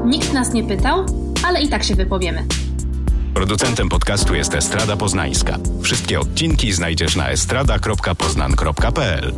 Nikt nas nie pytał, ale i tak się wypowiemy. Producentem podcastu jest Estrada Poznańska. Wszystkie odcinki znajdziesz na estrada.poznan.pl.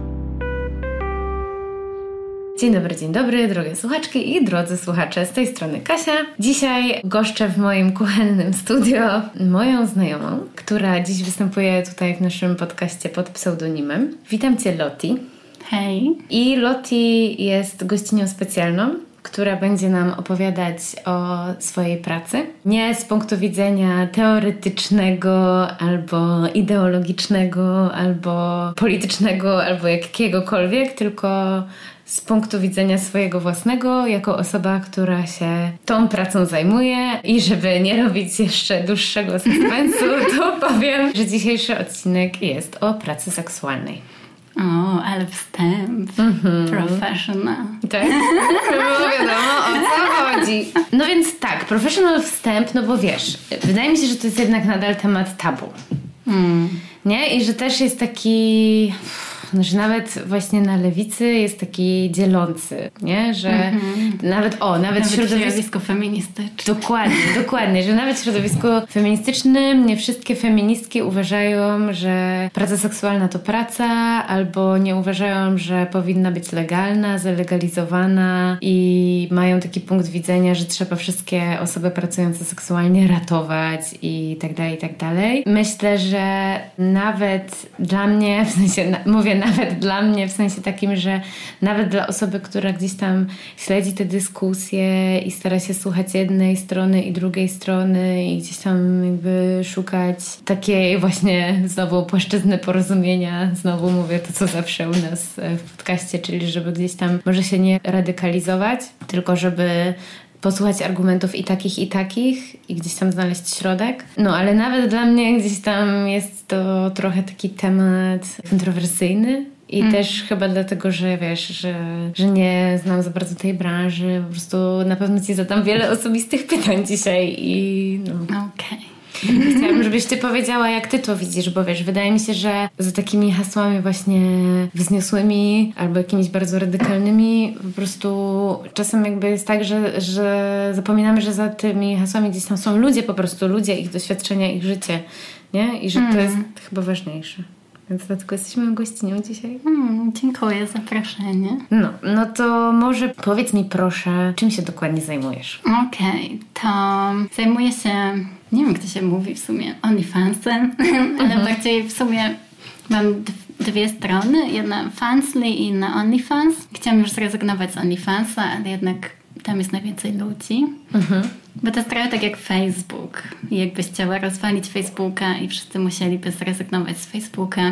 Dzień dobry, drogie słuchaczki i drodzy słuchacze. Z tej strony Kasia. Dzisiaj goszczę w moim kuchennym studio moją znajomą, która dziś występuje tutaj w naszym podcaście pod pseudonimem. Witam Cię, Loti. Hej. I Loti jest gościnią specjalną, która będzie nam opowiadać o swojej pracy. Nie z punktu widzenia teoretycznego, albo ideologicznego, albo politycznego, albo jakiegokolwiek, tylko z punktu widzenia swojego własnego, jako osoba, która się tą pracą zajmuje. I żeby nie robić jeszcze dłuższego suspensu, to powiem, że dzisiejszy odcinek jest o pracy seksualnej. O, ale wstęp. Professional. Tak? No wiadomo, o co chodzi. No więc tak, professional wstęp, no bo wiesz, wydaje mi się, że to jest jednak nadal temat tabu. Nie? I że też jest taki... że nawet właśnie na lewicy jest taki dzielący, nie? Że nawet środowisko feministyczne. Dokładnie, że nawet w środowisku feministycznym nie wszystkie feministki uważają, że praca seksualna to praca, albo nie uważają, że powinna być legalna, zalegalizowana i mają taki punkt widzenia, że trzeba wszystkie osoby pracujące seksualnie ratować i tak dalej, i tak dalej. Myślę, że nawet dla mnie, w sensie nawet dla mnie w sensie takim, że nawet dla osoby, która gdzieś tam śledzi te dyskusje i stara się słuchać jednej strony i drugiej strony i gdzieś tam jakby szukać takiej właśnie znowu płaszczyzny porozumienia, znowu mówię to, co zawsze u nas w podcaście, czyli żeby gdzieś tam może się nie radykalizować, tylko żeby posłuchać argumentów i takich i gdzieś tam znaleźć środek. No, ale nawet dla mnie gdzieś tam jest to trochę taki temat kontrowersyjny i też chyba dlatego, że wiesz, że nie znam za bardzo tej branży. Po prostu na pewno Ci zadam wiele osobistych pytań dzisiaj i no. Okej. Chciałabym, żebyś Ty powiedziała, jak Ty to widzisz, bo wiesz, wydaje mi się, że za takimi hasłami właśnie wzniosłymi albo jakimiś bardzo radykalnymi po prostu czasem jakby jest tak, że zapominamy, że za tymi hasłami gdzieś tam są ludzie, po prostu ludzie, ich doświadczenia, ich życie, nie? I że to jest chyba ważniejsze. Więc dlatego jesteś moją gościnią dzisiaj. Dziękuję za zaproszenie. No to może powiedz mi proszę, czym się dokładnie zajmujesz? Okej, to zajmuję się, nie wiem jak to się mówi w sumie, OnlyFansem, ale bardziej w sumie mam dwie strony, jedna Fansly i inna OnlyFans. Chciałam już zrezygnować z OnlyFansa, ale jednak tam jest najwięcej ludzi. Bo to jest trochę tak jak Facebook. Jakbyś chciała rozwalić Facebooka i wszyscy musieliby zrezygnować z Facebooka.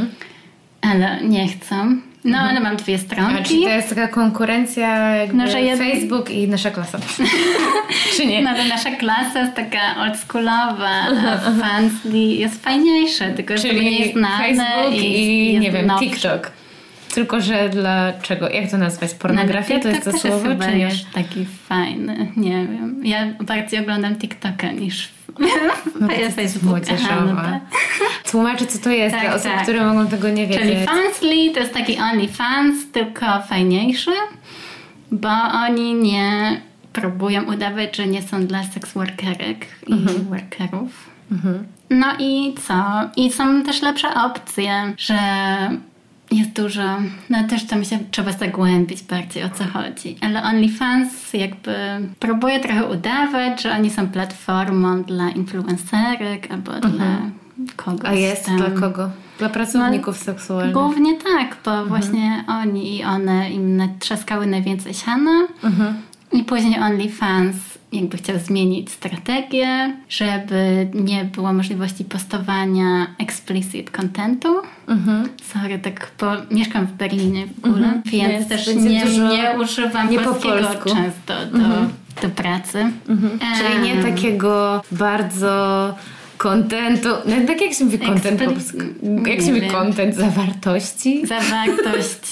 Ale nie chcą. No, ale mam dwie stronki. A czy to jest taka konkurencja jakby że Facebook i nasza klasa? Czy nie? No, to nasza klasa jest taka oldschoolowa, a Fansly jest fajniejsze, tylko że nie jest znane. Facebook i nie wiem, nowsze. TikTok. Tylko, że dlaczego? Jak to nazwać? Pornografia to jest to słowo, czy nie? Jest taki fajny, nie wiem. Ja bardziej oglądam TikToka niż Facebook. Młodzieżowa. Tłumaczę, co to jest dla osób, które mogą tego nie wiedzieć. Czyli Fansly to jest taki OnlyFans, tylko fajniejszy, bo oni nie próbują udawać, że nie są dla sex workerek i workerów. No i co? I są też lepsze opcje, że jest dużo, no też tam się trzeba zagłębić bardziej, o co chodzi. Ale OnlyFans jakby próbuje trochę udawać, że oni są platformą dla influencerek albo dla kogoś. A jest tam. Dla kogo? Dla pracowników seksualnych. Głównie tak, bo właśnie oni i one im natrzaskały najwięcej siana i później OnlyFans jakby chciał zmienić strategię, żeby nie było możliwości postowania explicit contentu. Sorry, tak, bo mieszkam w Berlinie w ogóle, więc też nie używam polskiego często do pracy. Czyli nie takiego bardzo kontentu, no tak jak się mówi content po polsku? Jak się mówi content? Zawartości? Zawartość.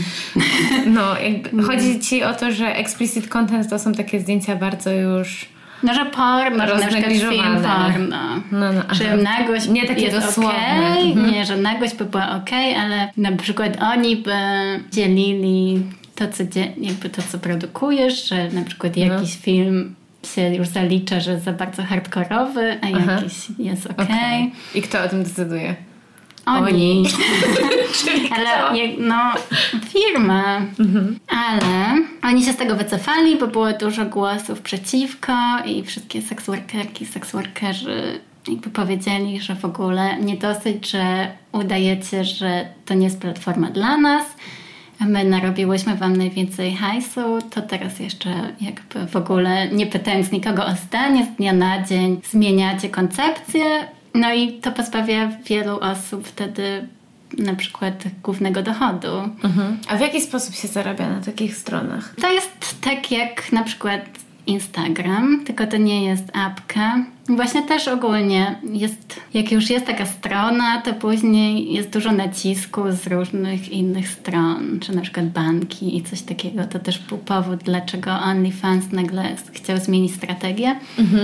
No, jakby chodzi Ci o to, że explicit content to są takie zdjęcia bardzo już No, że porno, na przykład film porno. Że nagość nie takie jest dosłowne. Nie, że nagość by była okej, ale na przykład oni by dzielili jakby to, co produkujesz, że na przykład jakiś film się już zalicza, że jest za bardzo hardkorowy, a jakiś jest okej. I kto o tym decyduje? Oni. Ale firma. Ale oni się z tego wycofali, bo było dużo głosów przeciwko i wszystkie seksworkerzy jakby powiedzieli, że w ogóle nie dosyć, że udajecie, że to nie jest platforma dla nas, a my narobiłyśmy wam najwięcej hajsu, to teraz jeszcze jakby w ogóle nie pytając nikogo o zdanie, z dnia na dzień zmieniacie koncepcję. No i to pozbawia wielu osób wtedy na przykład głównego dochodu. A w jaki sposób się zarabia na takich stronach? To jest tak jak na przykład Instagram, tylko to nie jest apka. Właśnie też ogólnie jak już jest taka strona, to później jest dużo nacisku z różnych innych stron, czy na przykład banki i coś takiego. To też był powód, dlaczego OnlyFans nagle chciał zmienić strategię.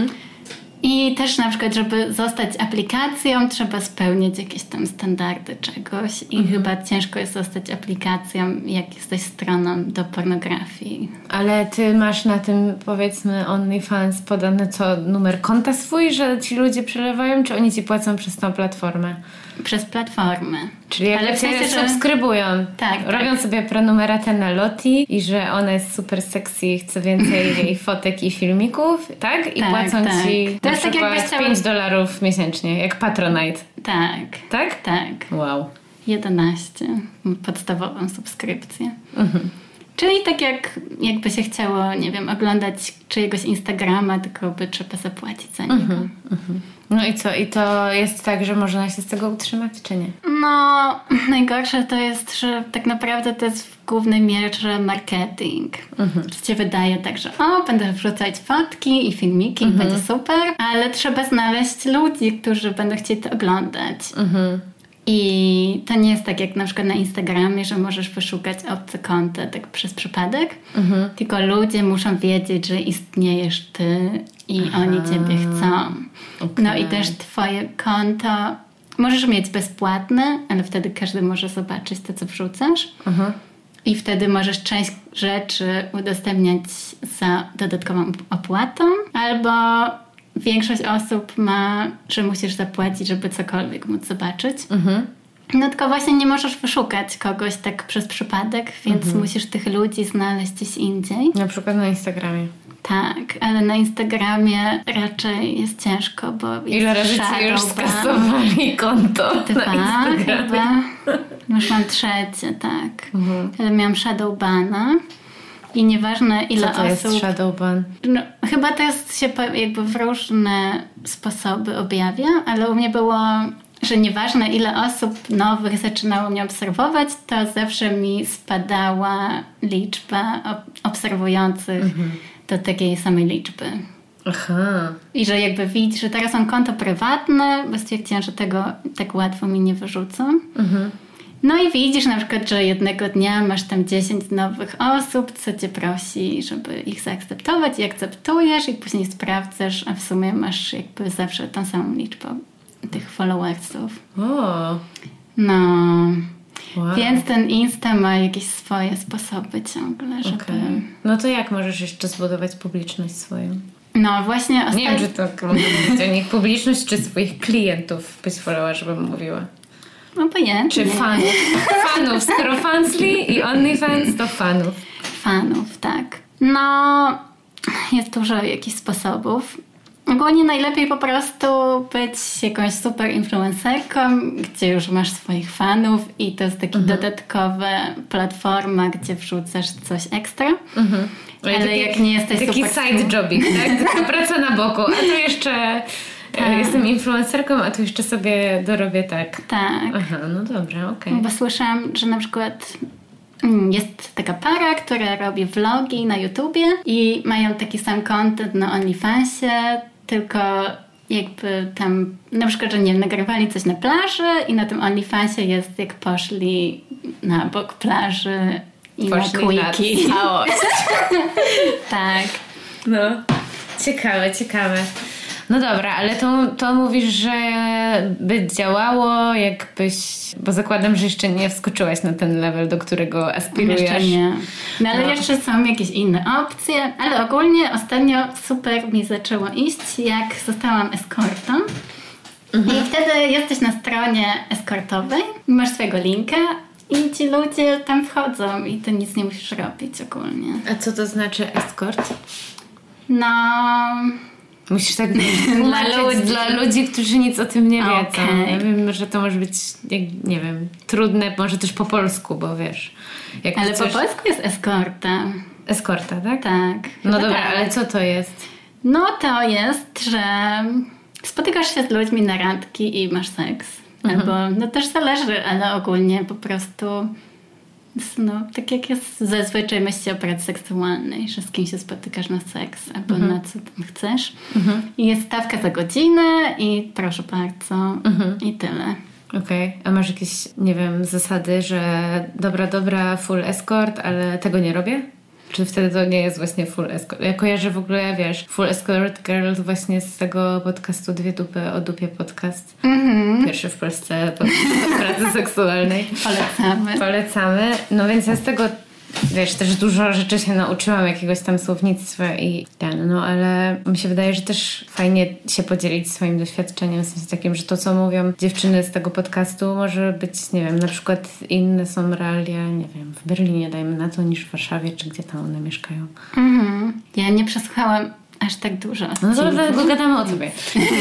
I też na przykład, żeby zostać aplikacją, trzeba spełniać jakieś tam standardy czegoś i chyba ciężko jest zostać aplikacją, jak jesteś stroną do pornografii. Ale ty masz na tym, powiedzmy, OnlyFans podany numer konta swój, że ci ludzie przelewają, czy oni ci płacą przez tą platformę? Przez platformę. Czyli jak cię subskrybują, robią sobie prenumeratę na Loti i że ona jest super sexy i chce więcej jej fotek i filmików, tak? I płacą ci to na przykład $5 miesięcznie, jak Patronite. Tak? Tak. Wow. 11. Podstawową subskrypcję. Czyli tak jakby się chciało, nie wiem, oglądać czyjegoś Instagrama, tylko by trzeba zapłacić za niego. No i co? I to jest tak, że można się z tego utrzymać, czy nie? No, najgorsze to jest, że tak naprawdę to jest w głównej mierze marketing. Że ci wydaje tak, że będę wrzucać fotki i filmiki i będzie super, ale trzeba znaleźć ludzi, którzy będą chcieli to oglądać. I to nie jest tak jak na przykład na Instagramie, że możesz wyszukać obce konta tak przez przypadek, tylko ludzie muszą wiedzieć, że istniejesz ty i oni ciebie chcą. No i też twoje konto możesz mieć bezpłatne, ale wtedy każdy może zobaczyć to, co wrzucasz. I wtedy możesz część rzeczy udostępniać za dodatkową opłatą, albo większość osób ma, że musisz zapłacić, żeby cokolwiek móc zobaczyć. No tylko właśnie nie możesz wyszukać kogoś tak przez przypadek, więc musisz tych ludzi znaleźć gdzieś indziej. Na przykład na Instagramie. Tak, ale na Instagramie raczej jest ciężko, bo ile razy ci już skasowali konto 2 chyba. Już mam 3, tak. Ale miałam shadowbana. I nieważne ile osób... Co to jest shadowban? No, chyba to jest się jakby w różne sposoby objawia, ale u mnie było, że nieważne ile osób nowych zaczynało mnie obserwować, to zawsze mi spadała liczba obserwujących do takiej samej liczby. I że jakby widzisz, że teraz mam konto prywatne, bo stwierdziłam, że tego tak łatwo mi nie wyrzucą. No i widzisz na przykład, że jednego dnia masz tam 10 nowych osób, co cię prosi, żeby ich zaakceptować i akceptujesz i później sprawdzasz, a w sumie masz jakby zawsze tą samą liczbę tych followersów. No. Wow. Więc ten Insta ma jakieś swoje sposoby ciągle, żeby... No to jak możesz jeszcze zbudować publiczność swoją? No właśnie Nie wiem, czy to mogę mówić o nich publiczność, czy swoich klientów być follower, żebym mówiła. No pojęcie. Czy fanów? Fanów. Skoro Fansly i OnlyFans, to fanów. Fanów, tak. No, jest dużo jakichś sposobów. Ogólnie najlepiej po prostu być jakąś super influencerką, gdzie już masz swoich fanów i to jest taka dodatkowa platforma, gdzie wrzucasz coś ekstra. Ale taki, jak nie jesteś taki super... Taki side jobik, tak? Taka praca na boku. A tu jeszcze... Jestem influencerką, a tu jeszcze sobie dorobię tak. Tak. No dobra, okej. Bo słyszałam, że na przykład jest taka para, która robi vlogi na YouTubie i mają taki sam content na OnlyFansie, tylko jakby tam na przykład, że nie wiem, nagrywali coś na plaży i na tym OnlyFansie jest jak poszli na bok plaży i poszli na quickie. Całość. Tak. No, ciekawe. No dobra, ale to mówisz, że by działało, jakbyś... Bo zakładam, że jeszcze nie wskoczyłaś na ten level, do którego aspirujesz. Jeszcze nie. No ale jeszcze są jakieś inne opcje, ale ogólnie ostatnio super mi zaczęło iść, jak zostałam eskortą. I wtedy jesteś na stronie eskortowej, masz swojego linka i ci ludzie tam wchodzą i ty nic nie musisz robić ogólnie. A co to znaczy escort? No... Musisz tak tłumaczyć dla ludzi, którzy nic o tym nie wiedzą. Okay. Ja wiem, że to może być, nie wiem, trudne, może też po polsku, bo wiesz... Ale po polsku jest eskorta. Eskorta, tak? Tak. No dobra, tak. ale co to jest? No to jest, że spotykasz się z ludźmi na randki i masz seks. Albo, no też zależy, ale ogólnie po prostu... No, tak jak jest zazwyczaj myśli o pracy seksualnej, że z kim się spotykasz na seks albo na co tam chcesz. I jest stawka za godzinę i proszę bardzo i tyle. Okej. A masz jakieś, nie wiem, zasady, że dobra, full escort, ale tego nie robię? Czy wtedy to nie jest właśnie full escort? Ja kojarzę w ogóle, wiesz, full escort girl właśnie z tego podcastu Dwie dupy o dupie podcast. Pierwszy w Polsce podcast o pracy seksualnej. Polecamy. No więc ja z tego, wiesz, też dużo rzeczy się nauczyłam, jakiegoś tam słownictwa i no ale mi się wydaje, że też fajnie się podzielić swoim doświadczeniem, w sensie takim, że to, co mówią dziewczyny z tego podcastu, może być, nie wiem, na przykład inne są realia, nie wiem, w Berlinie dajmy na to, niż w Warszawie, czy gdzie tam one mieszkają. Ja nie przesłuchałam aż tak dużo odcinków. No to dlatego gadamy o tobie.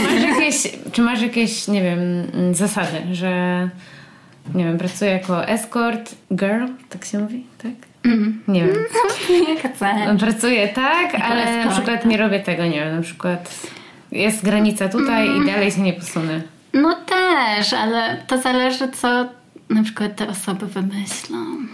Czy masz jakieś, nie wiem, zasady, że nie wiem, pracuję jako escort girl, tak się mówi, tak? Nie wiem. Jak chcesz. Pracuję tak, ale na przykład nie robię tego, nie wiem, na przykład jest granica tutaj i dalej się nie posunę. No też, ale to zależy, co na przykład te osoby wymyślą.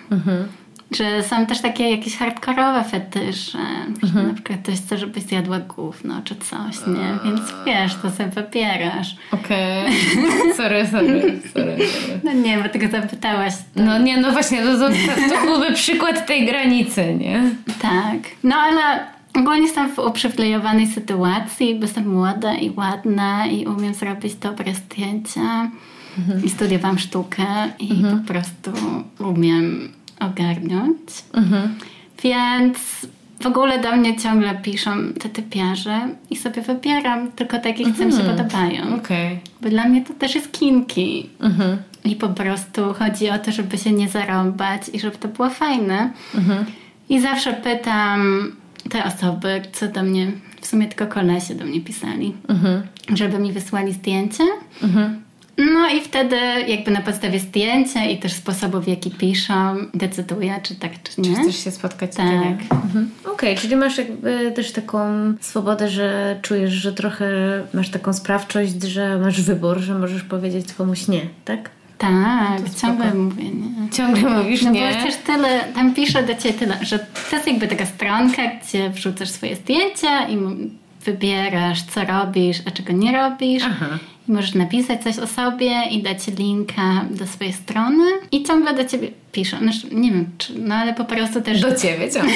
Że są też takie jakieś hardkorowe fetysze. Że na przykład ktoś chce, żebyś zjadła gówno czy coś, nie? Więc wiesz, to sobie wybierasz. Okej. Sorry. No nie, bo tego zapytałaś. No nie, no właśnie, to byłby przykład tej granicy, nie? Tak. No ale ogólnie jestem w uprzywilejowanej sytuacji, bo jestem młoda i ładna i umiem zrobić dobre zdjęcia. I studiowałam sztukę i po prostu umiem ogarnąć. Więc w ogóle do mnie ciągle piszą te typiarze i sobie wybieram tylko takie, co mi się podobają. Okej. Bo dla mnie to też jest kinki. I po prostu chodzi o to, żeby się nie zarąbać i żeby to było fajne. I zawsze pytam te osoby, co do mnie, w sumie tylko kolesie do mnie pisali, żeby mi wysłali zdjęcie. No i wtedy jakby na podstawie zdjęcia i też sposobu, w jaki piszą, decyduję, czy tak, czy nie. Czy chcesz się spotkać? Tak. Okej, czyli masz jakby też taką swobodę, że czujesz, że trochę masz taką sprawczość, że masz wybór, że możesz powiedzieć komuś nie, tak? Tak, ciągle mówię nie. Ciągle mówisz no nie? No bo przecież tyle, tam piszę do Ciebie tyle, że to jest jakby taka stronka, gdzie wrzucasz swoje zdjęcia i wybierasz, co robisz, a czego nie robisz. I możesz napisać coś o sobie i dać linka do swojej strony i ciągle do Ciebie piszą. Znaczy, nie wiem, no ale po prostu też... Do Ciebie ciągle.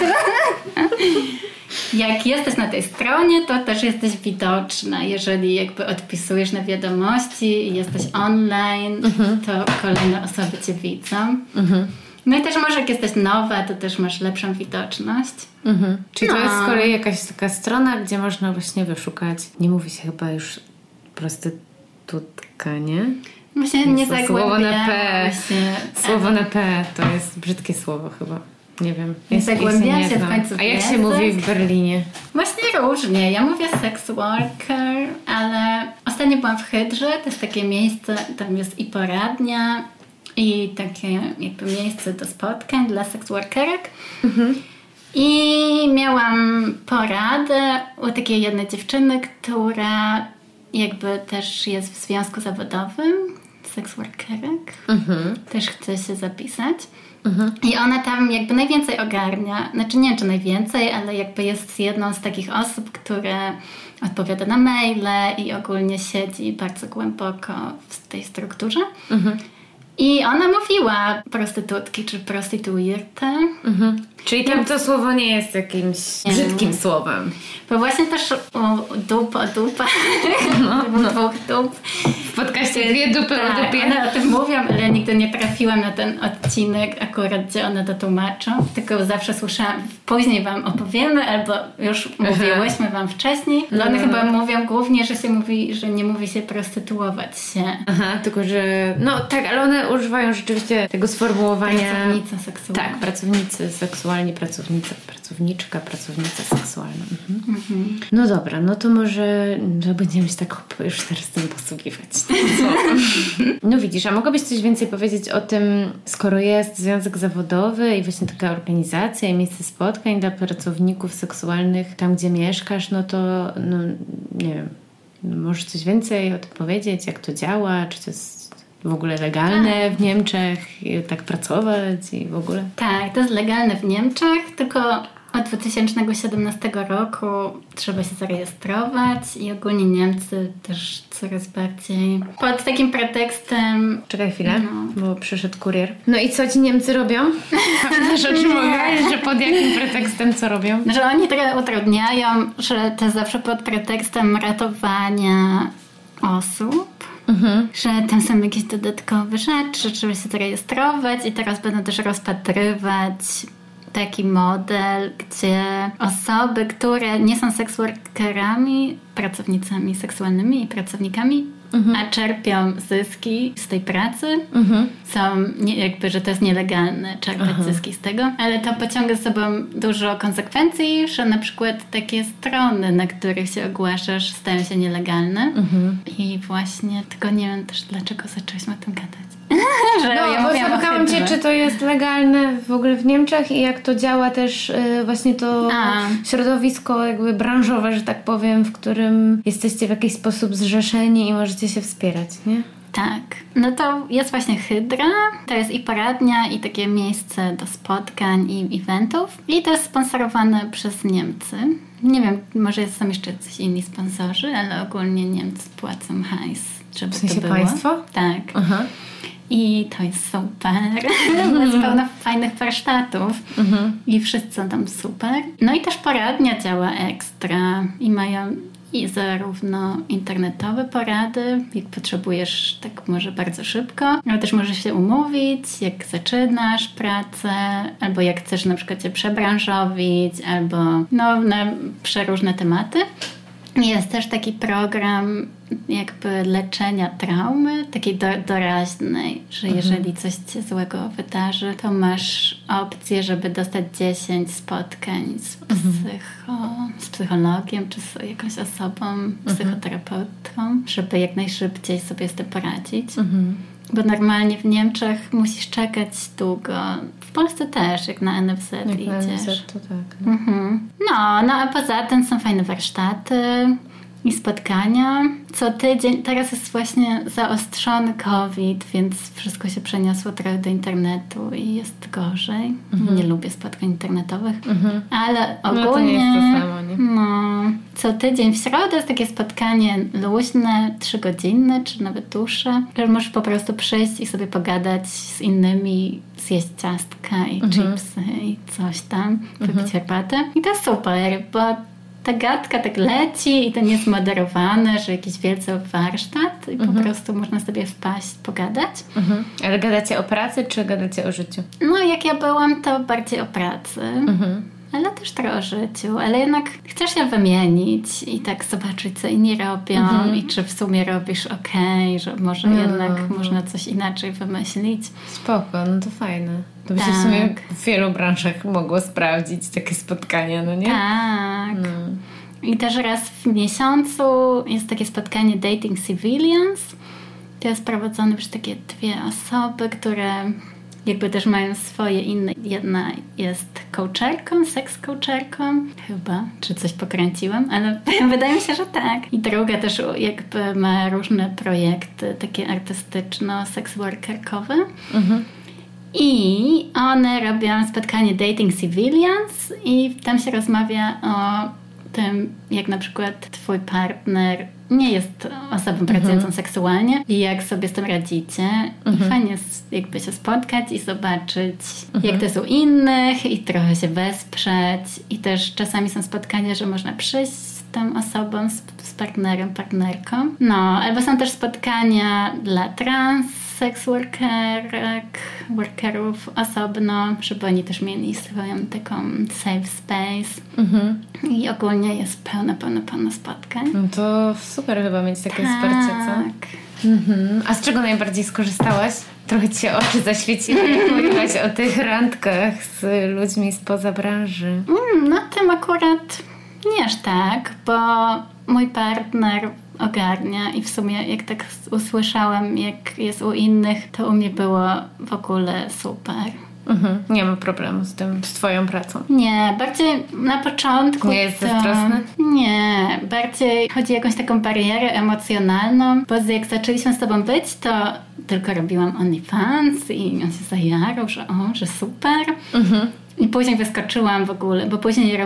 Jak jesteś na tej stronie, to też jesteś widoczna. Jeżeli jakby odpisujesz na wiadomości i jesteś online, to kolejne osoby Cię widzą. No i też może jak jesteś nowa, to też masz lepszą widoczność. Czyli to jest z kolei jakaś taka strona, gdzie można właśnie wyszukać, nie mówi się chyba już prostytutka, nie? Właśnie nie słowo na P. Słowo na Tak. P to jest brzydkie słowo chyba. Nie wiem. Nie zagłębiam się w końcu. A jak się mówi w Berlinie? Właśnie różnie. Ja mówię sex worker, ale ostatnio byłam w Hydrze. To jest takie miejsce, tam jest i poradnia, i takie jakby miejsce do spotkań dla sex workerek. I miałam poradę u takiej jednej dziewczyny, która jakby też jest w związku zawodowym sex workerek. Też chce się zapisać. I ona tam jakby najwięcej ogarnia. Znaczy nie wiem, czy najwięcej, ale jakby jest jedną z takich osób, które odpowiada na maile i ogólnie siedzi bardzo głęboko w tej strukturze. I ona mówiła prostytutki czy prostytuirte. Czyli tam to słowo nie jest jakimś brzydkim słowem. Bo właśnie też o dupa. Dwóch dup. W podcaście dwie dupy o dupie. One o tym mówią, ale ja nigdy nie trafiłam na ten odcinek akurat, gdzie one to tłumaczą. Tylko zawsze słyszałam, później wam opowiemy, albo już mówiłyśmy wam wcześniej. Ale one chyba mówią głównie, że się mówi, że nie mówi się prostytuować się. Aha, tylko że... No tak, ale one używają rzeczywiście tego sformułowania... Pracownica seksualna. Tak, pracownicy seksualni, pracowniczka, pracownica seksualna. No dobra, no to może będziemy się tak już teraz tym posługiwać. No widzisz, a mogłabyś coś więcej powiedzieć o tym, skoro jest związek zawodowy i właśnie taka organizacja i miejsce spotkań dla pracowników seksualnych tam, gdzie mieszkasz, no to no, nie wiem, możesz coś więcej o tym powiedzieć, jak to działa, czy to jest w ogóle legalne w Niemczech tak pracować i w ogóle? Tak, to jest legalne w Niemczech, tylko od 2017 roku trzeba się zarejestrować i ogólnie Niemcy też coraz bardziej pod takim pretekstem... Czekaj chwilę, bo przyszedł kurier. No i co ci Niemcy robią? Pamiętasz, o czym mówiłaś, że pod jakim pretekstem co robią? Że oni trochę utrudniają, że to zawsze pod pretekstem ratowania osób. Że tam są jakieś dodatkowe rzeczy, że trzeba się zarejestrować i teraz będą też rozpatrywać taki model, gdzie osoby, które nie są seksworkerami, pracownicami seksualnymi i pracownikami, a czerpią zyski z tej pracy, są jakby, że to jest nielegalne czerpać zyski z tego, ale to pociąga z sobą dużo konsekwencji, że na przykład takie strony, na których się ogłaszasz, stają się nielegalne i właśnie tylko nie wiem też dlaczego zaczęliśmy o tym gadać. Że no, ja bo zapytałam cię, czy to jest legalne w ogóle w Niemczech i jak to działa też właśnie to środowisko jakby branżowe, że tak powiem, w którym jesteście w jakiś sposób zrzeszeni i możecie się wspierać, nie? Tak. No to jest właśnie Hydra. To jest i poradnia, i takie miejsce do spotkań i eventów. I to jest sponsorowane przez Niemcy. Nie wiem, może są jeszcze jacyś inni sponsorzy, ale ogólnie Niemcy płacą hajs, żeby w sensie to było. państwo? Tak. Aha. I to jest super. Jest pełno fajnych warsztatów i wszyscy są tam super. No i też poradnia działa ekstra i mają i zarówno internetowe porady, jak potrzebujesz, tak może bardzo szybko, ale też możesz się umówić, jak zaczynasz pracę, albo jak chcesz na przykład się przebranżowić, albo no, na przeróżne tematy. Jest też taki program jakby leczenia traumy, takiej doraźnej, że jeżeli coś ci złego wydarzy, to masz opcję, żeby dostać 10 spotkań z psychologiem, czy z jakąś osobą, psychoterapeutką, żeby jak najszybciej sobie z tym poradzić. Bo normalnie w Niemczech musisz czekać długo. W Polsce też, jak na NFZ jak idziesz. Na NFZ to tak. No, a poza tym są fajne warsztaty i spotkania. Co tydzień, teraz jest właśnie zaostrzony COVID, więc wszystko się przeniosło trochę do internetu i jest gorzej. Nie lubię spotkań internetowych, ale ogólnie... No to nie jest to samo, nie? No, co tydzień w środę jest takie spotkanie luźne, 3-godzinne, czy nawet dłuższe, że możesz po prostu przyjść i sobie pogadać z innymi, zjeść ciastka i chipsy i coś tam, wypić herbatę. I to jest super, bo ta gadka tak leci i to nie jest moderowane, że jakiś wielki warsztat i po prostu można sobie wpaść, pogadać. Ale gadacie o pracy, czy gadacie o życiu? No, jak ja byłam, to bardziej o pracy. Ale też trochę o życiu, ale jednak chcesz się wymienić i tak zobaczyć, co inni robią i czy w sumie robisz okej, że może jednak można coś inaczej wymyślić. Spoko, no to fajne. To by się w sumie w wielu branżach mogło sprawdzić takie spotkania, no nie? Tak. I też raz w miesiącu jest takie spotkanie Dating Civilians. To jest prowadzone przez takie dwie osoby, które jakby też mają swoje inne. Jedna jest coacherką, seks coacherką chyba, czy coś pokręciłam, ale wydaje mi się, że tak. I druga też jakby ma różne projekty takie artystyczno-seks-workerkowe. I one robią spotkanie Dating Civilians i tam się rozmawia o tym, jak na przykład twój partner nie jest osobą pracującą seksualnie i jak sobie z tym radzicie. I fajnie jest jakby się spotkać i zobaczyć, jak to jest u innych i trochę się wesprzeć. I też czasami są spotkania, że można przyjść z tą osobą, z partnerem, partnerką. No, albo są też spotkania dla trans sex workerów osobno, żeby oni też mieli swoją taką safe space. I ogólnie jest pełno spotkań. No to super chyba mieć takie wsparcie, co? A z czego najbardziej skorzystałaś? Trochę ci się oczy zaświeciły, jak mówiłaś o tych randkach z ludźmi spoza branży. No tym akurat nie aż tak, bo mój partner ogarnia i w sumie jak tak usłyszałam, jak jest u innych, to u mnie było w ogóle super. Nie ma problemu z tym, z twoją pracą. Nie, bardziej na początku nie jest zazdrosny? Nie, bardziej chodzi o jakąś taką barierę emocjonalną, bo jak zaczęliśmy z tobą być, to tylko robiłam OnlyFans i on się zajarał, że super. I później wyskoczyłam w ogóle, bo później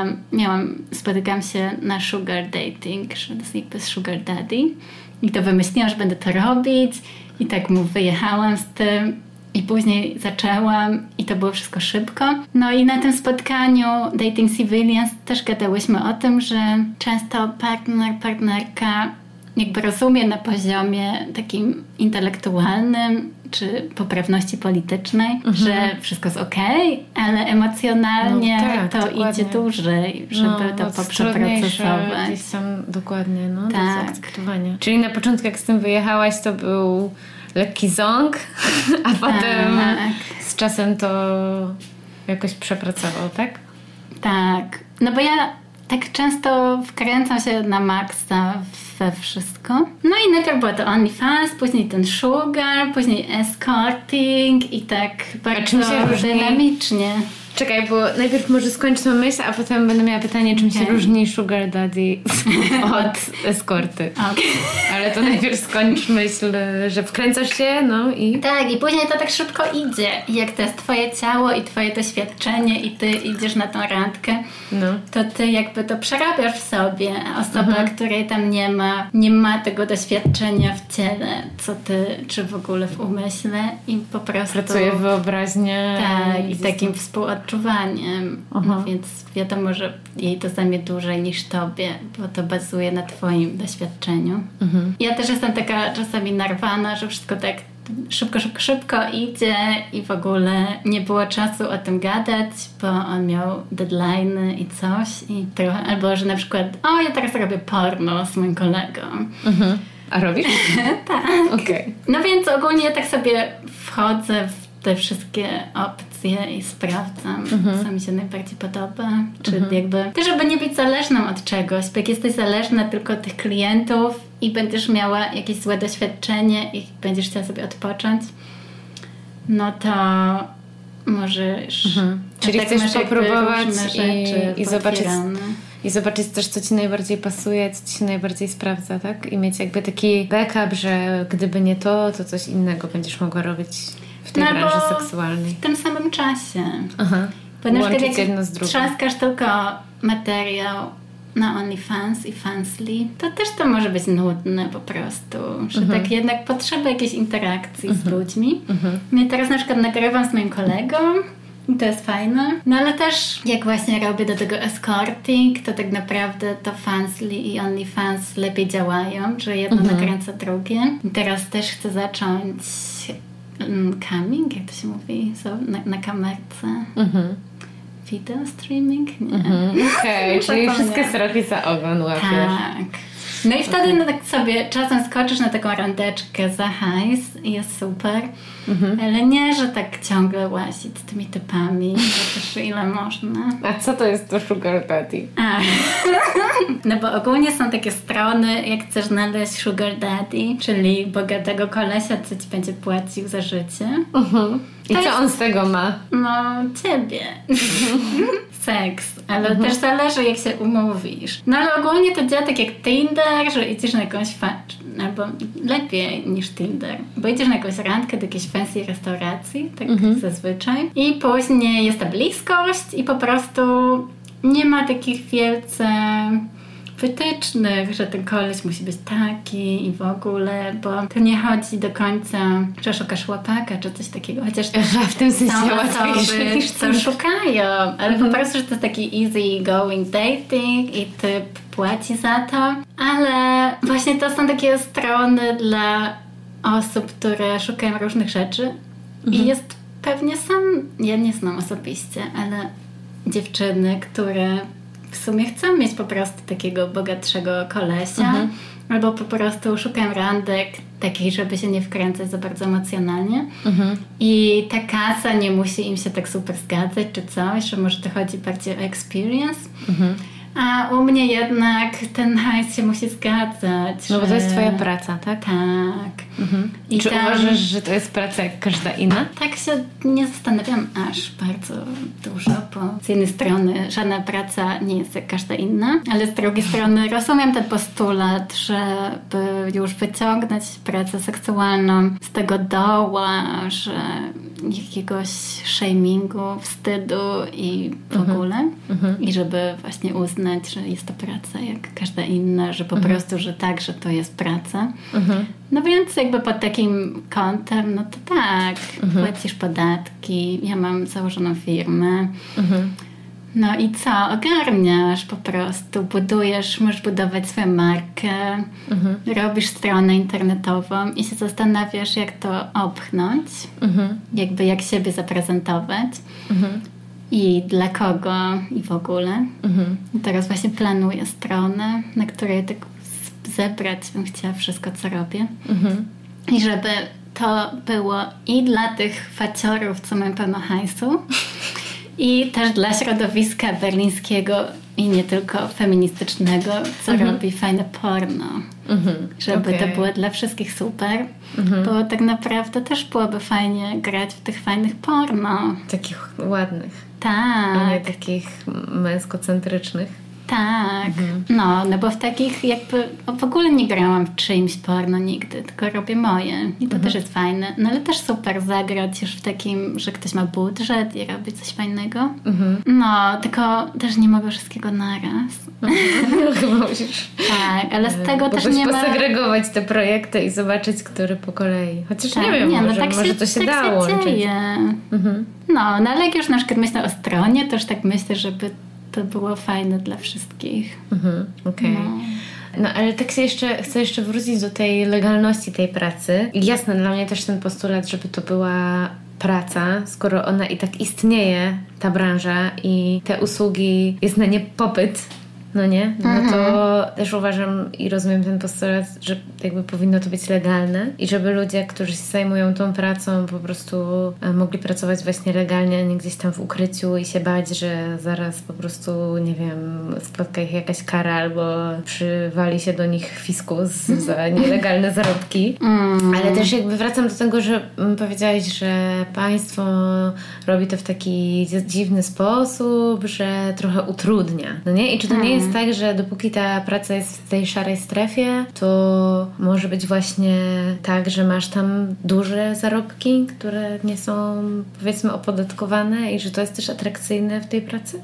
spotykałam się na sugar dating, że to jest jakby sugar daddy. I to wymyśliłam, że będę to robić i tak mu wyjechałam z tym. I później zaczęłam i to było wszystko szybko. No i na tym spotkaniu Dating Civilians też gadałyśmy o tym, że często partnerka jakby rozumie na poziomie takim intelektualnym czy poprawności politycznej, że wszystko jest okej, ale emocjonalnie to dokładnie. Idzie dłużej, żeby to poprzeprocesować. Gdzieś tam dokładnie, do zaakceptowania. Czyli na początku jak z tym wyjechałaś, to był lekki ząg, a potem z czasem to jakoś przepracował, tak? Tak. No bo ja tak często wkręcam się na maksa we wszystko. No i najpierw było to OnlyFans, później ten sugar, później escorting i tak bardzo dynamicznie. Czekaj, bo najpierw może skończmy myśl, a potem będę miała pytanie, czym się różni sugar daddy od eskorty. Ale to najpierw skończ myśl, że wkręcasz się, i... Tak, i później to tak szybko idzie. I jak to jest twoje ciało i twoje doświadczenie i ty idziesz na tą randkę, to ty jakby to przerabiasz w sobie. A osoba, której tam nie ma tego doświadczenia w ciele, co ty, czy w ogóle w umyśle i po prostu... Pracuje wyobraźnię. Tak, i takim współodczuwaniem. No więc wiadomo, że jej to zajmie dłużej niż tobie, bo to bazuje na twoim doświadczeniu. Ja też jestem taka czasami narwana, że wszystko tak szybko idzie i w ogóle nie było czasu o tym gadać, bo on miał deadline'y i coś i trochę, albo że na przykład ja teraz robię porno z moim kolegą. A robisz? Tak. Okay. No więc ogólnie ja tak sobie wchodzę w te wszystkie opcje i sprawdzam, co mi się najbardziej podoba. Czy jakby też, żeby nie być zależną od czegoś, bo jak jesteś zależna tylko od tych klientów i będziesz miała jakieś złe doświadczenie i będziesz chciała sobie odpocząć, no to możesz... Czyli tak chcesz popróbować i zobaczyć też, co ci najbardziej pasuje, co ci się najbardziej sprawdza, tak? I mieć jakby taki backup, że gdyby nie to coś innego będziesz mogła robić w tej branży seksualnej. W tym samym czasie. Bo na przykład jak trzaskasz tylko materiał na OnlyFans i Fansly, to też to może być nudne po prostu. Że tak jednak potrzeba jakiejś interakcji z ludźmi. Ja teraz na przykład nagrywam z moim kolegą i to jest fajne. No ale też jak właśnie robię do tego escorting, to tak naprawdę to Fansly i OnlyFans lepiej działają, że jedno nakręca drugie. I teraz też chcę zacząć coming, jak to się mówi, na kamerce. Video streaming? Nie. Okej, czyli wszystkie sroki za ogon łapiesz. Tak. No i wtedy tak sobie czasem skoczysz na taką randeczkę za hajs i jest super, ale nie, że tak ciągle łazić z tymi typami, bo też ile można. A co to jest to sugar daddy? No bo ogólnie są takie strony, jak chcesz znaleźć sugar daddy, czyli bogatego kolesia, co ci będzie płacił za życie. I co on z tego ma? No, ciebie. Seks. Ale też zależy, jak się umówisz. No ale ogólnie to działa tak jak Tinder, że idziesz na jakąś albo lepiej niż Tinder, bo idziesz na jakąś randkę do jakiejś fancy restauracji, tak zazwyczaj. I później jest ta bliskość i po prostu nie ma takich wielce wytycznych, że ten koleś musi być taki i w ogóle, bo to nie chodzi do końca, że szukasz łapaka czy coś takiego, chociaż w tym sensie są łatwiejsze osoby, niż co szukają, ale po prostu, że to jest taki easy going dating i typ płaci za to, ale właśnie to są takie strony dla osób, które szukają różnych rzeczy i jest pewnie ja nie znam osobiście, ale dziewczyny, które w sumie chcą mieć po prostu takiego bogatszego kolesia albo po prostu szukają randek takich, żeby się nie wkręcać za bardzo emocjonalnie i ta kasa nie musi im się tak super zgadzać czy coś, że może to chodzi bardziej o experience. A u mnie jednak ten hajs się musi zgadzać. No bo to jest twoja praca, tak? Tak. I czy uważasz, że to jest praca jak każda inna? Tak się nie zastanawiam aż bardzo dużo, bo z jednej strony żadna praca nie jest jak każda inna, ale z drugiej strony rozumiem ten postulat, żeby już wyciągnąć pracę seksualną z tego doła, że jakiegoś shamingu, wstydu i w ogóle. I żeby właśnie uznać, że jest to praca jak każda inna, że po prostu, że tak, że to jest praca. No więc jakby pod takim kątem, no to tak, płacisz podatki, ja mam założoną firmę. No i co? Ogarniasz po prostu, możesz budować swoją markę, robisz stronę internetową i się zastanawiasz, jak to opchnąć, jakby jak siebie zaprezentować i dla kogo i w ogóle. Teraz właśnie planuję stronę, na której tak zebrać bym chciała wszystko, co robię. I żeby to było i dla tych faciorów, co mają pełno hajsu, i też dla środowiska berlińskiego i nie tylko feministycznego, co robi fajne porno. Żeby to było dla wszystkich super, bo tak naprawdę też byłoby fajnie grać w tych fajnych porno. Takich ładnych. Tak. A nie takich męskocentrycznych. Tak. No bo w takich jakby w ogóle nie grałam w czyimś porno nigdy, tylko robię moje. I to też jest fajne. No ale też super zagrać już w takim, że ktoś ma budżet i robi coś fajnego. No, tylko też nie mogę wszystkiego naraz. No chyba musisz. Tak, ale z tego też nie ma... posegregować te projekty i zobaczyć, który po kolei. Chociaż tak, nie wiem, no może, tak może to się da łączyć. No, ale jak już na przykład myślę o stronie, to już tak myślę, żeby to było fajne dla wszystkich. Okej. No ale tak chcę jeszcze wrócić do tej legalności tej pracy. I jasne, dla mnie też ten postulat, żeby to była praca, skoro ona i tak istnieje, ta branża i te usługi, jest na nie popyt, no nie? No to też uważam i rozumiem ten postulat, że jakby powinno to być legalne i żeby ludzie, którzy się zajmują tą pracą, po prostu mogli pracować właśnie legalnie, a nie gdzieś tam w ukryciu i się bać, że zaraz po prostu, nie wiem, spotka ich jakaś kara albo przywali się do nich fiskus za nielegalne zarobki. Ale też jakby wracam do tego, że powiedziałaś, że państwo robi to w taki dziwny sposób, że trochę utrudnia, no nie? I czy to nie jest tak, że dopóki ta praca jest w tej szarej strefie, to może być właśnie tak, że masz tam duże zarobki, które nie są, powiedzmy, opodatkowane i że to jest też atrakcyjne w tej pracy?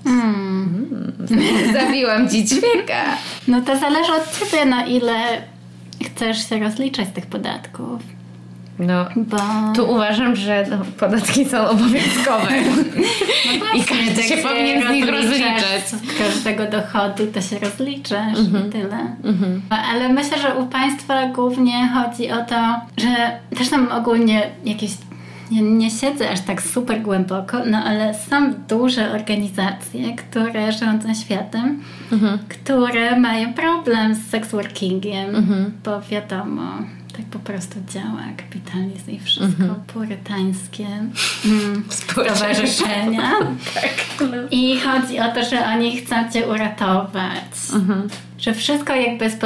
Zabiłam ci ćwieka. No to zależy od ciebie, na ile chcesz się rozliczać z tych podatków. No, bo tu uważam, że podatki są obowiązkowe. No właśnie, i każdy się powinien z nich rozliczać. Z każdego dochodu to się rozliczasz i tyle. Ale myślę, że u państwa głównie chodzi o to, że też tam ogólnie jakieś... Nie siedzę aż tak super głęboko, no ale są duże organizacje, które rządzą światem, które mają problem z sex workingiem, bo wiadomo, tak po prostu działa kapitalizm i wszystko purytańskie stowarzyszenia. I chodzi o to, że oni chcą cię uratować. Że wszystko jakby jest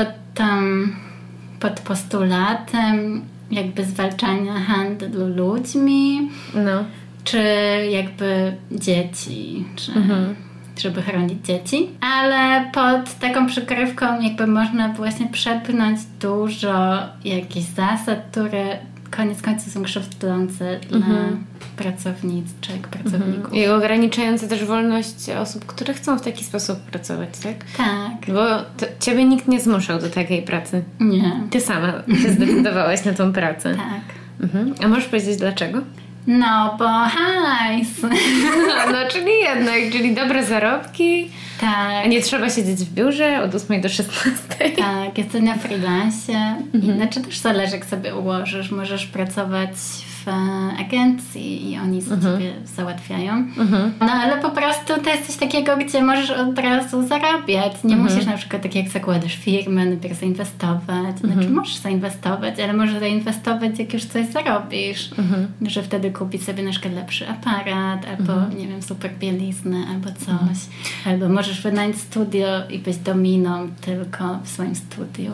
pod postulatem jakby zwalczania handlu ludźmi, czy jakby dzieci, czy żeby chronić dzieci, ale pod taką przykrywką jakby można właśnie przepchnąć dużo jakichś zasad, które koniec końców są krzywdzące dla pracowniczek, pracowników. I ograniczające też wolność osób, które chcą w taki sposób pracować, tak? Tak. Bo ciebie nikt nie zmuszał do takiej pracy. Nie. Ty sama się zdecydowałaś na tą pracę. Tak. A możesz powiedzieć dlaczego? No, bo hajs. No, czyli dobre zarobki. Tak. A nie trzeba siedzieć w biurze od 8 do 16. Tak, jesteś na freelancie. Znaczy też zależy, jak sobie ułożysz. Możesz pracować w agencji i oni sobie załatwiają. No ale po prostu to jest coś takiego, gdzie możesz od razu zarabiać. Nie musisz na przykład, tak jak zakładasz firmę, najpierw zainwestować. Znaczy możesz zainwestować, ale możesz zainwestować, jak już coś zarobisz. Że wtedy kupić sobie na przykład lepszy aparat, albo nie wiem, super bieliznę, albo coś. Albo możesz wynająć studio i być dominą tylko w swoim studiu.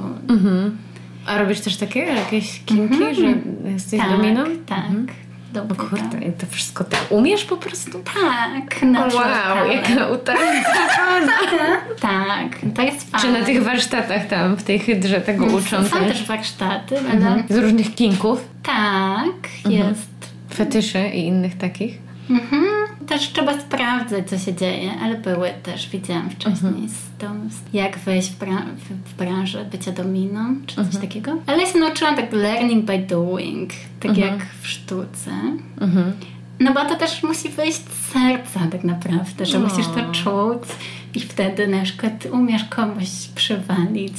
A robisz też takie jakieś kinki, że jesteś dominą? Tak. O kurde, i to wszystko tak umiesz po prostu? Tak. Wow, jaka utalentowana. Tak, to jest fajne. Czy na tych warsztatach tam, w tej hydrze tego uczą Są też warsztaty. Ale... Z różnych kinków? Tak, jest. Fetyszy i innych takich? Też trzeba sprawdzać, co się dzieje, ale były też, widziałam wcześniej jak wejść w branżę bycia dominą, czy coś takiego. Ale ja się nauczyłam tak learning by doing, tak jak w sztuce. No bo to też musi wyjść z serca tak naprawdę, że musisz to czuć i wtedy na przykład umiesz komuś przywalić.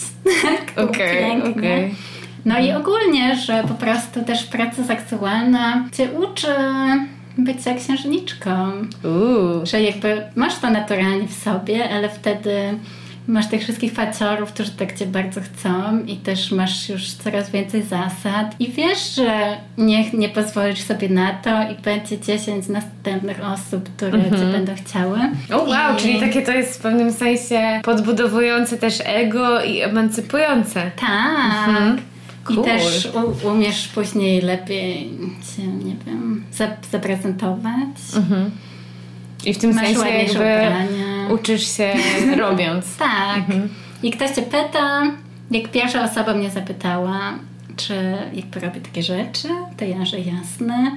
Okej. No i ogólnie, że po prostu też praca seksualna cię uczy bycia księżniczką. Że jakby masz to naturalnie w sobie, ale wtedy masz tych wszystkich faciorów, którzy tak cię bardzo chcą i też masz już coraz więcej zasad i wiesz, że nie pozwolisz sobie na to i będzie 10 następnych osób, które cię będą chciały. Czyli takie to jest w pewnym sensie podbudowujące też ego i emancypujące. Tak. Cool. I też umiesz później lepiej się, nie wiem, zaprezentować. I w tym sensie jakby uczysz się robiąc. Tak. I ktoś cię pyta, jak pierwsza osoba mnie zapytała, czy jakby robię takie rzeczy, to ja, że jasne.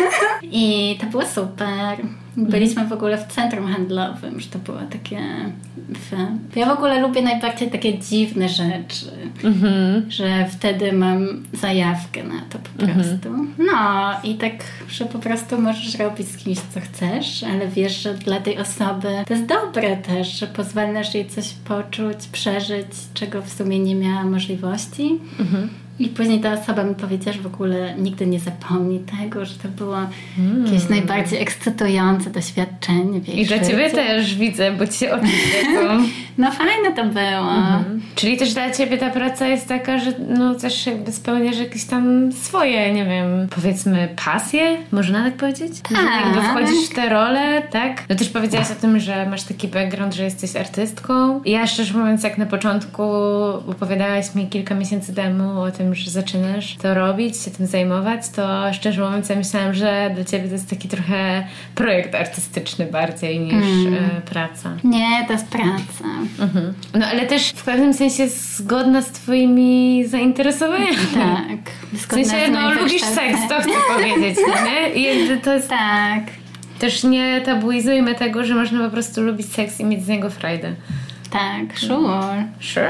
I to było super. Byliśmy w ogóle w centrum handlowym, że to było takie... Ja w ogóle lubię najbardziej takie dziwne rzeczy, że wtedy mam zajawkę na to po prostu. No i tak, że po prostu możesz robić z kimś, co chcesz, ale wiesz, że dla tej osoby to jest dobre też, że pozwalasz jej coś poczuć, przeżyć, czego w sumie nie miała możliwości. I później ta osoba mi powiedziała, że w ogóle nigdy nie zapomni tego, że to było jakieś najbardziej ekscytujące doświadczenie w jej I dla ciebie też widzę, bo ci się oczy świecą. No fajne to było. Czyli też dla ciebie ta praca jest taka, że no też jakby spełniasz jakieś tam swoje, nie wiem, powiedzmy pasje? Można tak powiedzieć? Tak. Jakby wchodzisz w tę rolę, tak? No też powiedziałaś o tym, że masz taki background, że jesteś artystką. Ja szczerze mówiąc, jak na początku opowiadałaś mi kilka miesięcy temu o tym, że zaczynasz to robić, się tym zajmować, to szczerze mówiąc ja myślałam, że dla ciebie to jest taki trochę projekt artystyczny bardziej niż praca. Nie, to jest praca. No ale też w pewnym sensie zgodna z twoimi zainteresowaniami. Tak. W sensie, no lubisz seks, to chcę powiedzieć, nie? I to jest... Tak. Też nie tabuizujmy tego, że można po prostu lubić seks i mieć z niego frajdę. Tak, sure.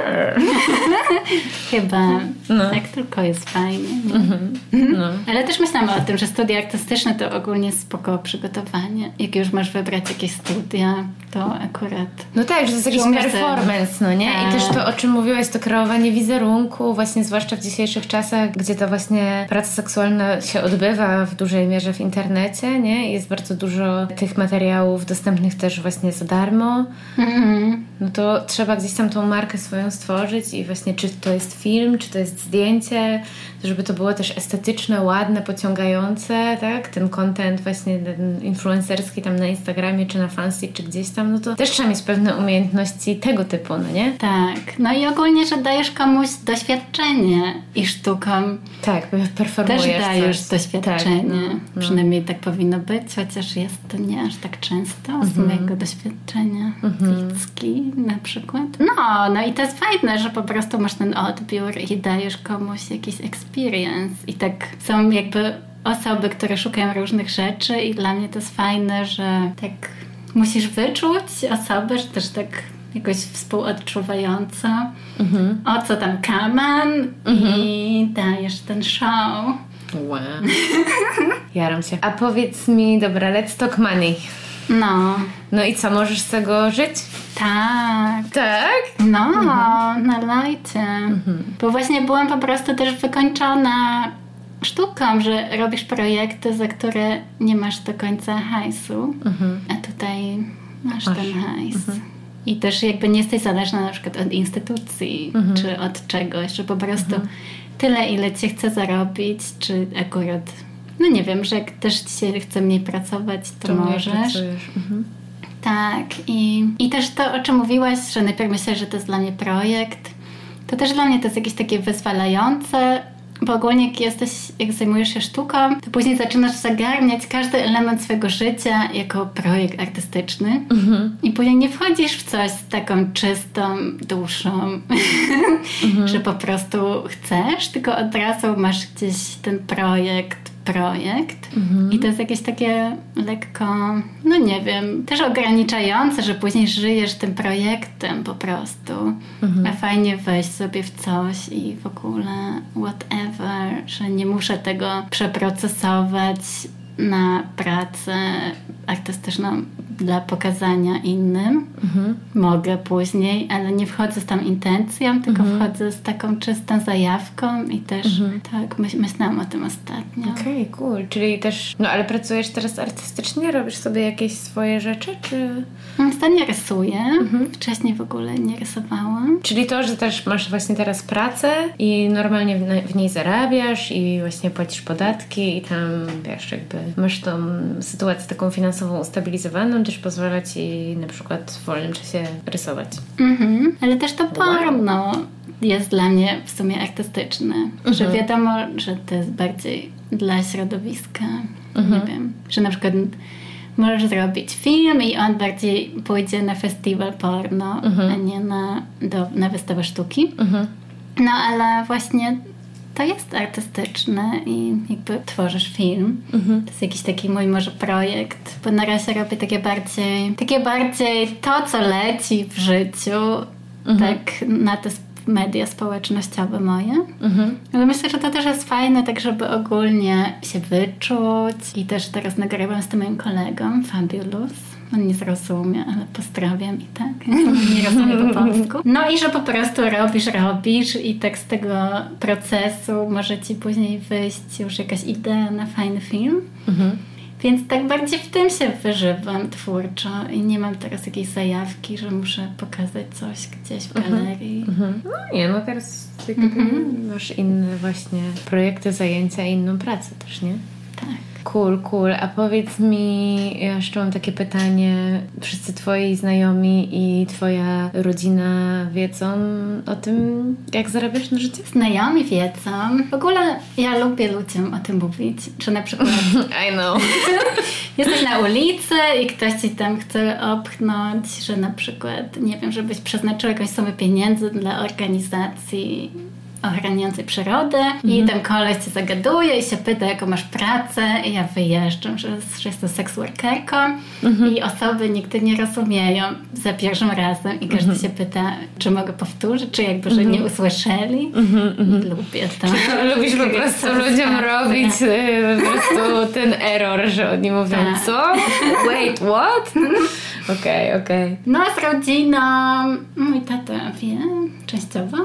Chyba. No. Tak tylko jest fajnie. No. Ale też myślałam o tym, że studia artystyczne to ogólnie spoko przygotowanie. Jak już masz wybrać jakieś studia, to akurat... No tak, że to jest jakiś performance, no nie? Tak. I też to, o czym mówiłaś, to kreowanie wizerunku, właśnie zwłaszcza w dzisiejszych czasach, gdzie to właśnie praca seksualna się odbywa w dużej mierze w internecie, nie? Jest bardzo dużo tych materiałów dostępnych też właśnie za darmo. No to trzeba gdzieś tam tą markę swoją stworzyć i właśnie czy to jest film, czy to jest zdjęcie, żeby to było też estetyczne, ładne, pociągające, tak? Ten content właśnie ten influencerski tam na Instagramie, czy na Fancy, czy gdzieś tam tam, no to też trzeba mieć pewne umiejętności tego typu, no nie? Tak. No i ogólnie, że dajesz komuś doświadczenie i sztuką tak, performujesz też dajesz coś. doświadczenie. Tak, no. Przynajmniej tak powinno być, chociaż jest to nie aż tak często z mojego doświadczenia. Wicki na przykład. No i to jest fajne, że po prostu masz ten odbiór i dajesz komuś jakiś experience. I tak są jakby osoby, które szukają różnych rzeczy i dla mnie to jest fajne, że tak musisz wyczuć osobę, że też tak jakoś współodczuwająco o co tam kaman i dajesz ten show. Wow. Jaram się. A powiedz mi, dobra, let's talk money. No i co, możesz z tego żyć? Tak. Tak? No, na lajcie. Bo właśnie byłam po prostu też wykończona sztuką, że robisz projekty, za które nie masz do końca hajsu, a tutaj masz ten hajs. I też jakby nie jesteś zależna na przykład od instytucji, czy od czegoś, że po prostu tyle, ile ci chce zarobić, czy akurat, no nie wiem, że jak też ci się chce mniej pracować, to możesz. Tak. I też to, o czym mówiłaś, że najpierw myślę, że to jest dla mnie projekt, to też dla mnie to jest jakieś takie wyzwalające, bo ogólnie jak zajmujesz się sztuką, to później zaczynasz zagarniać każdy element swojego życia jako projekt artystyczny i później nie wchodzisz w coś z taką czystą duszą, że po prostu chcesz, tylko od razu masz gdzieś ten projekt i to jest jakieś takie lekko, no nie wiem, też ograniczające, że później żyjesz tym projektem po prostu, a fajnie wejść sobie w coś i w ogóle whatever, że nie muszę tego przeprocesować na pracę artystyczną dla pokazania innym. Mogę później, ale nie wchodzę z tą intencją, tylko wchodzę z taką czystą zajawką i też tak, myślałam o tym ostatnio. Okej, cool. Czyli też, no ale pracujesz teraz artystycznie? Robisz sobie jakieś swoje rzeczy, czy... Ostatnio rysuję. Wcześniej w ogóle nie rysowałam. Czyli to, że też masz właśnie teraz pracę i normalnie w niej zarabiasz i właśnie płacisz podatki i tam, wiesz, jakby masz tą sytuację taką finansową ustabilizowaną, też pozwala ci na przykład w wolnym czasie rysować. Ale też to porno jest dla mnie w sumie artystyczne. Że wiadomo, że to jest bardziej dla środowiska. Nie wiem, że na przykład możesz zrobić film i on bardziej pójdzie na festiwal porno, a nie na wystawę sztuki. No ale właśnie to jest artystyczne i jakby tworzysz film. To jest jakiś taki mój może projekt, bo na razie robię takie bardziej to, co leci w życiu, tak na te media społecznościowe moje. Ale myślę, że to też jest fajne, tak żeby ogólnie się wyczuć i też teraz nagrywam z tym moim kolegą, Fabulous. On nie zrozumie, ale pozdrawiam i tak. Nie rozumie po polsku. No i że po prostu robisz i tak z tego procesu może ci później wyjść już jakaś idea na fajny film. Więc tak bardziej w tym się wyżywam twórczo i nie mam teraz jakiejś zajawki, że muszę pokazać coś gdzieś w galerii. No nie, no teraz masz inne właśnie projekty, zajęcia i inną pracę też, nie? Tak. Cool. A powiedz mi, ja jeszcze mam takie pytanie. Wszyscy twoi znajomi i twoja rodzina wiedzą o tym, jak zarabiasz na życie? Znajomi wiedzą. W ogóle ja lubię ludziom o tym mówić. Czy na przykład I know. jesteś na ulicy i ktoś ci tam chce opchnąć, że na przykład, nie wiem, żebyś przeznaczył jakąś sumę pieniędzy dla organizacji ochraniającej przyrodę i ten koleś cię zagaduje i się pyta, jaką masz pracę i ja wyjeżdżam, że jestem sex workerką i osoby nigdy nie rozumieją za pierwszym razem i każdy się pyta, czy mogę powtórzyć, czy jakby, że nie usłyszeli. Lubię to. Lubisz po prostu ludziom robić po prostu ten error, że oni mówią, co? Wait, what? Okej. No z rodziną mój tata wie częściowo.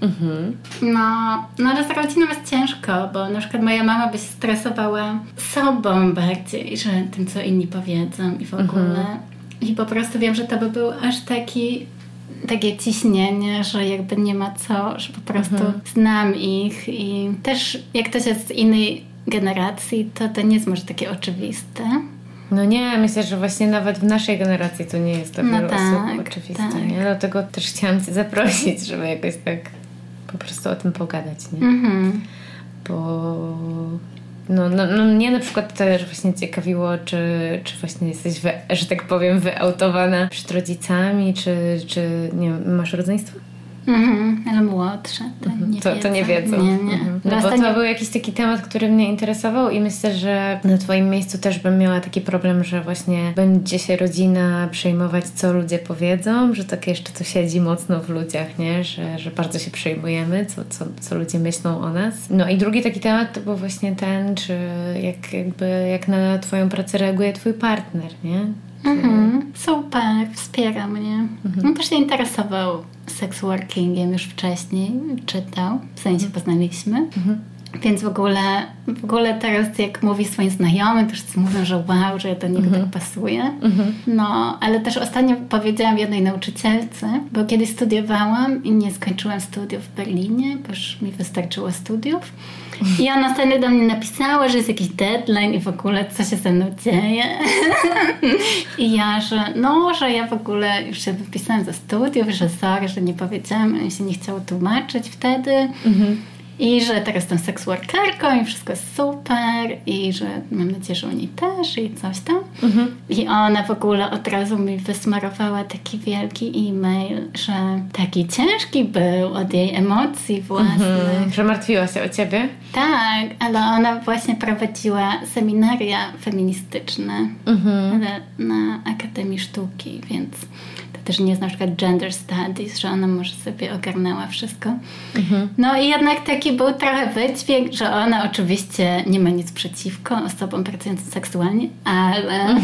No ale z rodziną jest ciężko, bo na przykład moja mama by się stresowała sobą bardziej, że tym, co inni powiedzą i w ogóle. I po prostu wiem, że to by był aż takie ciśnienie, że jakby nie ma co, że po prostu znam ich i też jak ktoś jest z innej generacji, to nie jest może takie oczywiste. No nie, myślę, że właśnie nawet w naszej generacji to nie jest dla wielu osób oczywiste, nie? Dlatego też chciałam Cię zaprosić, żeby jakoś tak po prostu o tym pogadać, nie? Bo no mnie na przykład też właśnie ciekawiło, czy właśnie jesteś, że tak powiem, wyautowana przed rodzicami, czy nie wiem, masz rodzeństwo? Ale młodsze to nie wiedzą. Nie. No bo to był jakiś taki temat, który mnie interesował i myślę, że na Twoim miejscu też bym miała taki problem, że właśnie będzie się rodzina przejmować, co ludzie powiedzą, że tak jeszcze to siedzi mocno w ludziach, nie? Że bardzo się przejmujemy, co ludzie myślą o nas. No i drugi taki temat to był właśnie ten, czy jak na Twoją pracę reaguje Twój partner, nie? Super, wspiera mnie. On też się interesował sex workingiem już wcześniej, czytał, w sensie poznaliśmy. Więc w ogóle teraz jak mówi swoim znajomym, to wszyscy mówią, że wow, że ja do niego tak pasuje. No, ale też ostatnio powiedziałam jednej nauczycielce, bo kiedyś studiowałam i nie skończyłam studiów w Berlinie, bo już mi wystarczyło studiów. I ona ostatnio do mnie napisała, że jest jakiś deadline i w ogóle co się ze mną dzieje. I ja, że ja w ogóle już się wypisałam ze studiów, że sorry, że nie powiedziałam, mi się nie chciało tłumaczyć wtedy. I że teraz jestem sex workerką i wszystko jest super i że mam nadzieję, że oni też i coś tam. I ona w ogóle od razu mi wysmarowała taki wielki e-mail, że taki ciężki był od jej emocji własnych. Że martwiła się o ciebie? Tak, ale ona właśnie prowadziła seminaria feministyczne na Akademii Sztuki, więc to też nie jest na przykład gender studies, że ona może sobie ogarnęła wszystko. No i jednak taki był trochę wydźwięk, że ona oczywiście nie ma nic przeciwko osobom pracującym seksualnie, ale...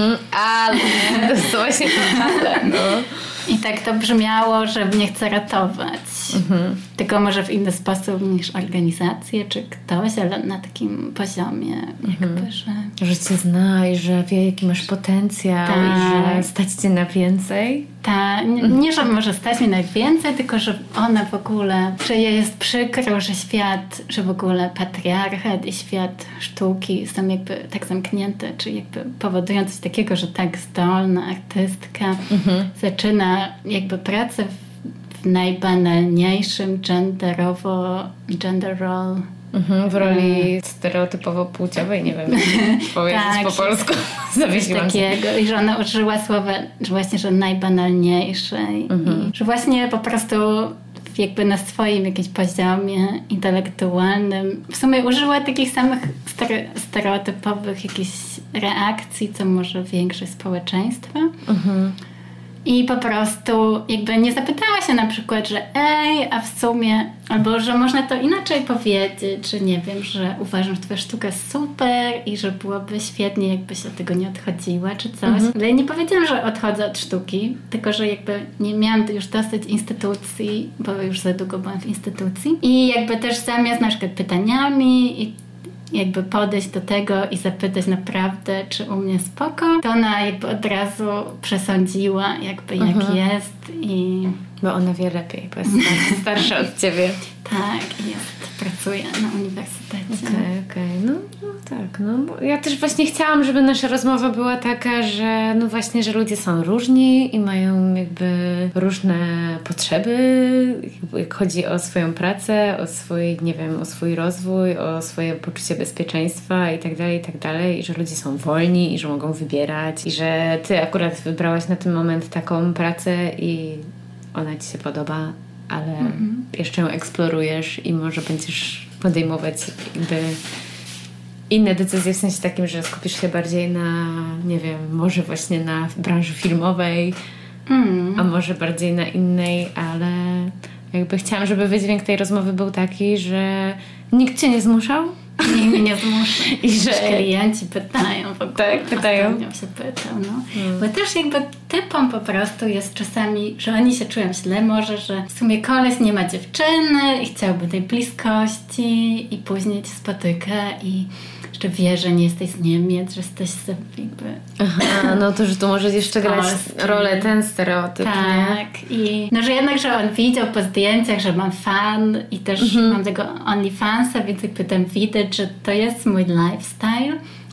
To jest właśnie ale, no. I tak to brzmiało, że mnie chce ratować. Tylko może w inny sposób niż organizacje czy ktoś, ale na takim poziomie jakby, że cię zna i że wie, jaki masz potencjał i że stać cię na więcej. Tak, nie, że może stać mi na więcej, tylko że ona w ogóle, że jej jest przykro, że w ogóle patriarchat i świat sztuki są jakby tak zamknięte, czy jakby powodują coś takiego, że tak zdolna artystka zaczyna jakby pracę w najbanalniejszym gender role. W roli stereotypowo płciowej, nie wiem, powiedzieć po polsku. Zawiesiłam takiego. I że ona użyła słowa, że właśnie, że najbanalniejszej. I że właśnie po prostu jakby na swoim jakimś poziomie intelektualnym w sumie użyła takich samych stereotypowych jakichś reakcji, co może większość społeczeństwa. I po prostu jakby nie zapytała się na przykład, że a w sumie, albo że można to inaczej powiedzieć, że nie wiem, że uważam, że twoja sztuka jest super i że byłoby świetnie, jakbyś od tego nie odchodziła, czy coś. Ale ja nie powiedziałam, że odchodzę od sztuki, tylko że jakby nie miałam już dosyć instytucji, bo już za długo byłam w instytucji. I jakby też zamiast na przykład pytaniami i jakby podejść do tego i zapytać naprawdę, czy u mnie spoko, to ona jakby od razu przesądziła jakby jak jest i... Bo ona wie lepiej, bo jest starsza od ciebie. Tak, pracuje na uniwersytecie. Okej. No tak. No, bo ja też właśnie chciałam, żeby nasza rozmowa była taka, że no właśnie, że ludzie są różni i mają jakby różne potrzeby, jak chodzi o swoją pracę, o swój, nie wiem, o swój rozwój, o swoje poczucie bezpieczeństwa i tak dalej, i że ludzie są wolni i że mogą wybierać i że ty akurat wybrałaś na ten moment taką pracę i ona ci się podoba, ale jeszcze ją eksplorujesz i może będziesz podejmować jakby inne decyzje w sensie takim, że skupisz się bardziej na, nie wiem, może właśnie na branży filmowej, a może bardziej na innej, ale jakby chciałam, żeby wydźwięk tej rozmowy był taki, że nikt cię nie zmuszał. Nikt mnie nie zmusza. I że klienci pytają w ogóle. Tak, pytają. Ostatnio się pytał, Bo też jakby typom po prostu jest czasami, że oni się czują źle może, że w sumie koleś nie ma dziewczyny i chciałby tej bliskości i później cię spotyka i jeszcze wie, że nie jesteś z Niemiec, że jesteś jakby... Aha, no to, że tu może jeszcze grać rolę ten stereotyp. Tak. I no, że jednak, że on widział po zdjęciach, że mam fan i też mam tego OnlyFansa, więc jakby tam widać, że to jest mój lifestyle.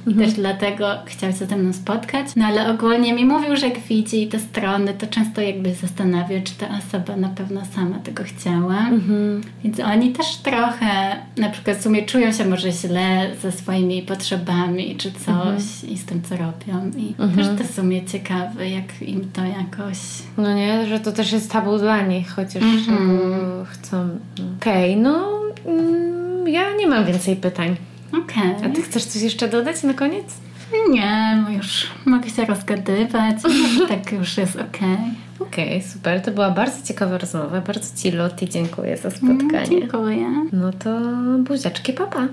I też dlatego chciał się ze mną spotkać. No ale ogólnie mi mówił, że jak widzi te strony, to często jakby zastanawia, czy ta osoba na pewno sama tego chciała. Więc oni też trochę na przykład w sumie czują się może źle ze swoimi potrzebami czy coś i z tym, co robią. I też to w sumie ciekawe, jak im to jakoś... No nie, że to też jest tabu dla nich, chociaż chcą... Okej, ja nie mam więcej pytań. Okej. A ty chcesz coś jeszcze dodać na koniec? Nie, już mogę się rozgadywać. Tak już jest okej. Okej, super. To była bardzo ciekawa rozmowa. Bardzo Ci, Lotti, dziękuję za spotkanie. Dziękuję. No to buziaczki, papa.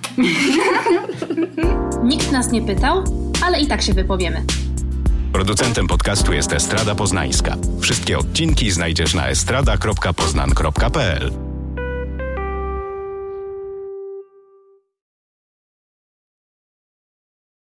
Nikt nas nie pytał, ale i tak się wypowiemy. Producentem podcastu jest Estrada Poznańska. Wszystkie odcinki znajdziesz na estrada.poznan.pl.